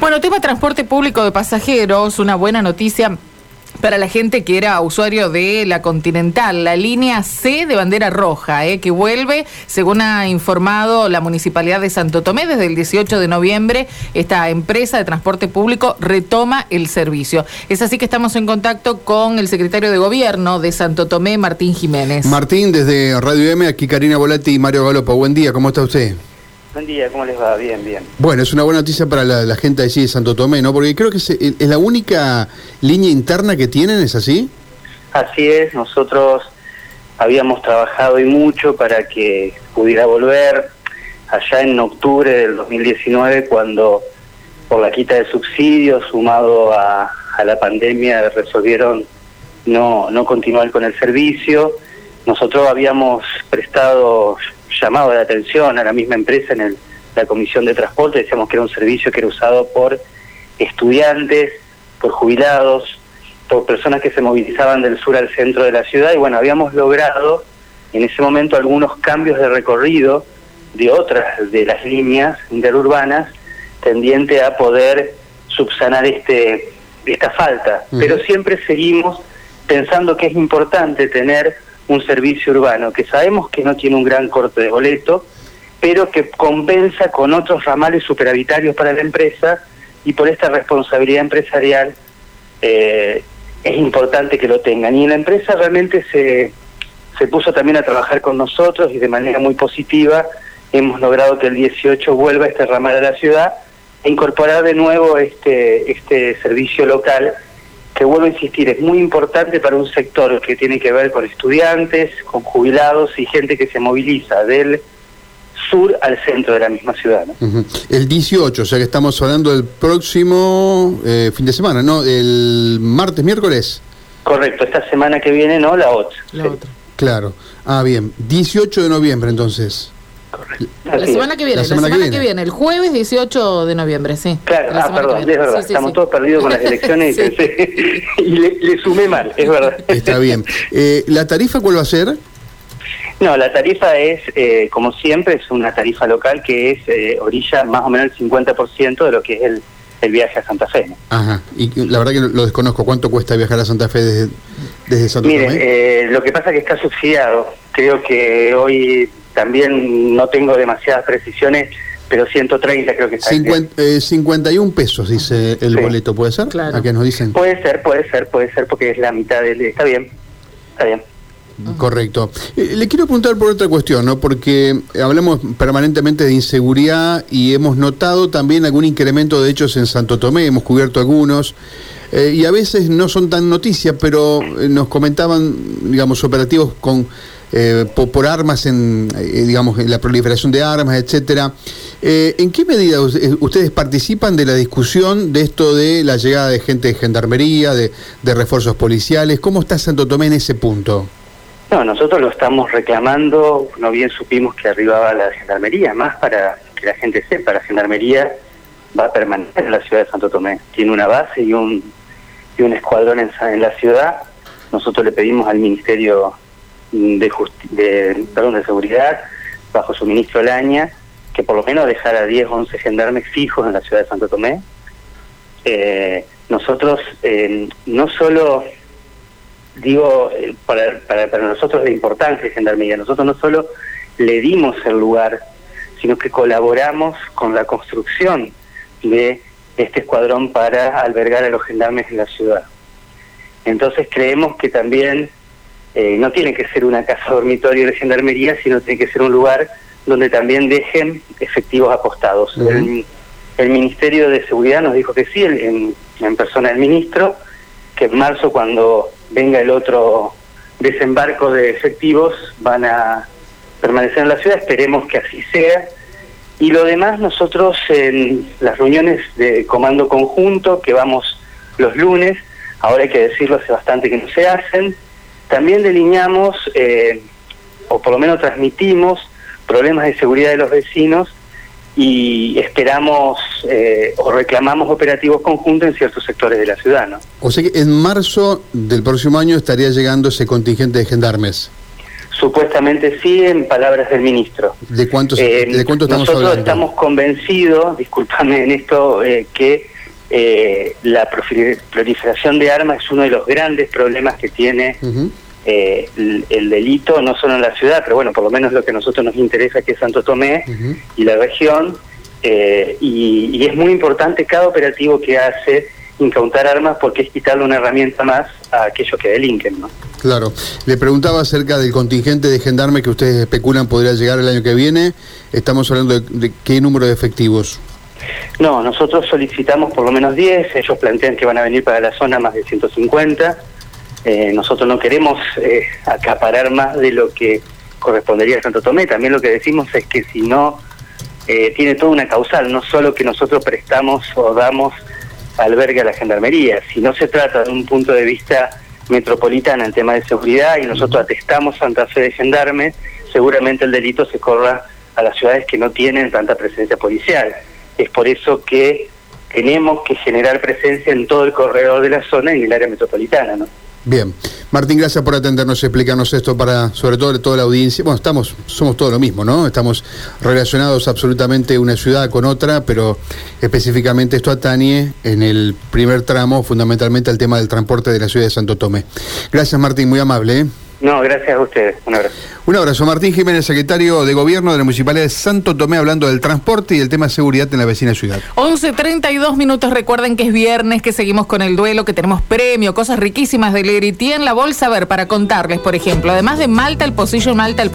Bueno, tema transporte público de pasajeros, una buena noticia para la gente que era usuario de la Continental, la línea C de bandera roja, que vuelve, según ha informado la Municipalidad de Santo Tomé, desde el 18 de noviembre, esta empresa de transporte público retoma el servicio. Es así que estamos en contacto con el secretario de Gobierno de Santo Tomé, Martín Jiménez. Martín, desde Radio M, aquí Karina Volati y Mario Galopo. Buen día, ¿cómo está usted? Buen día, ¿cómo les va? Bien, bien. Bueno, es una buena noticia para la gente allí de Santo Tomé, ¿no? Porque creo que es la única línea interna que tienen, ¿es así? Así es, nosotros habíamos trabajado y mucho para que pudiera volver allá en octubre del 2019, cuando por la quita de subsidios, sumado a la pandemia, resolvieron no continuar con el servicio. Nosotros habíamos prestado llamado de atención a la misma empresa en la Comisión de Transporte, decíamos que era un servicio que era usado por estudiantes, por jubilados, por personas que se movilizaban del sur al centro de la ciudad, y bueno, habíamos logrado en ese momento algunos cambios de recorrido de otras de las líneas interurbanas tendiente a poder subsanar esta falta, pero siempre seguimos pensando que es importante tener un servicio urbano, que sabemos que no tiene un gran corte de boleto, pero que compensa con otros ramales superavitarios para la empresa, y por esta responsabilidad empresarial es importante que lo tengan. Y la empresa realmente se puso también a trabajar con nosotros, y de manera muy positiva hemos logrado que el 18 vuelva este ramal a la ciudad e incorporar de nuevo este servicio local, que vuelvo a insistir, es muy importante para un sector que tiene que ver con estudiantes, con jubilados y gente que se moviliza del sur al centro de la misma ciudad, ¿no? El 18, o sea que estamos hablando del próximo fin de semana, ¿no? El martes, miércoles. Correcto, esta semana que viene, ¿no? La otra. La otra. Claro. Ah, bien. 18 de noviembre, entonces. Correcto. La semana que viene, la semana que viene, el jueves 18 de noviembre, sí. Claro, perdón, es verdad, estamos todos perdidos con las elecciones y pensé, y le sumé mal, es verdad. Está bien. ¿La tarifa cuál va a ser? No, la tarifa es, como siempre, es una tarifa local que es orilla más o menos el 50% de lo que es el viaje a Santa Fe, ¿no? Ajá, y la verdad que lo desconozco. ¿Cuánto cuesta viajar a Santa Fe desde Santo Tomé? Mire, lo que pasa es que está subsidiado. Creo que hoy también no tengo demasiadas precisiones, pero 130 creo que está. 51 pesos dice el boleto, ¿puede ser? Claro. ¿A qué nos dicen? Puede ser, porque es la mitad del... Está bien. Correcto. Le quiero preguntar por otra cuestión, ¿no? Porque hablamos permanentemente de inseguridad y hemos notado también algún incremento de hechos en Santo Tomé, hemos cubierto algunos, y a veces no son tan noticias, pero nos comentaban, digamos, operativos con por armas, digamos, en la proliferación de armas, etcétera. ¿En qué medida ustedes participan de la discusión de esto de la llegada de gente de gendarmería, de refuerzos policiales? ¿Cómo está Santo Tomé en ese punto? No, nosotros lo estamos reclamando, no bien supimos que arribaba la gendarmería, más para que la gente sepa, la gendarmería va a permanecer en la ciudad de Santo Tomé, tiene una base y un escuadrón en la ciudad. Nosotros le pedimos al Ministerio de Seguridad, bajo su ministro Laña, que por lo menos dejara 10 o 11 gendarmes fijos en la ciudad de Santo Tomé. Nosotros no solo... Digo, para nosotros de importancia gendarmería, nosotros no solo le dimos el lugar, sino que colaboramos con la construcción de este escuadrón para albergar a los gendarmes en la ciudad. Entonces creemos que también no tiene que ser una casa dormitorio de gendarmería, sino tiene que ser un lugar donde también dejen efectivos apostados. El Ministerio de Seguridad nos dijo que sí, en persona del ministro, que en marzo, cuando venga el otro desembarco de efectivos, van a permanecer en la ciudad. Esperemos que así sea. Y lo demás, nosotros en las reuniones de comando conjunto, que vamos los lunes, ahora hay que decirlo, hace bastante que no se hacen, también delineamos, o por lo menos transmitimos, problemas de seguridad de los vecinos, y esperamos o reclamamos operativos conjuntos en ciertos sectores de la ciudad, ¿no? O sea que en marzo del próximo año estaría llegando ese contingente de gendarmes. Supuestamente sí, en palabras del ministro. ¿De cuánto estamos nosotros hablando? Nosotros estamos convencidos, discúlpame en esto, que la proliferación de armas es uno de los grandes problemas que tiene el delito, no solo en la ciudad, pero bueno, por lo menos lo que a nosotros nos interesa, que es Santo Tomé y la región, y es muy importante cada operativo que hace incautar armas, porque es quitarle una herramienta más a aquellos que delinquen, ¿no? Claro. Le preguntaba acerca del contingente de gendarmes que ustedes especulan podría llegar el año que viene. Estamos hablando de qué número de efectivos. No, nosotros solicitamos por lo menos 10, ellos plantean que van a venir para la zona más de 150. Nosotros no queremos acaparar más de lo que correspondería a Santo Tomé. También lo que decimos es que si no, tiene toda una causal, no solo que nosotros prestamos o damos albergue a la gendarmería. Si no se trata de un punto de vista metropolitano en tema de seguridad y nosotros atestamos Santa Fe de gendarmes, seguramente el delito se corra a las ciudades que no tienen tanta presencia policial. Es por eso que tenemos que generar presencia en todo el corredor de la zona y en el área metropolitana, ¿no? Bien. Martín, gracias por atendernos y explicarnos esto para, sobre todo, toda la audiencia. Bueno, somos todo lo mismo, ¿no? Estamos relacionados absolutamente una ciudad con otra, pero específicamente esto atañe en el primer tramo, fundamentalmente al tema del transporte de la ciudad de Santo Tomé. Gracias, Martín, muy amable, ¿eh? No, gracias a ustedes. Un abrazo. Un abrazo. Martín Jiménez, secretario de Gobierno de la Municipalidad de Santo Tomé, hablando del transporte y el tema de seguridad en la vecina ciudad. 11:32. Recuerden que es viernes, que seguimos con el duelo, que tenemos premio, cosas riquísimas de Lerity en la bolsa. A ver, para contarles, por ejemplo, además de Malta, el pocillo Malta, el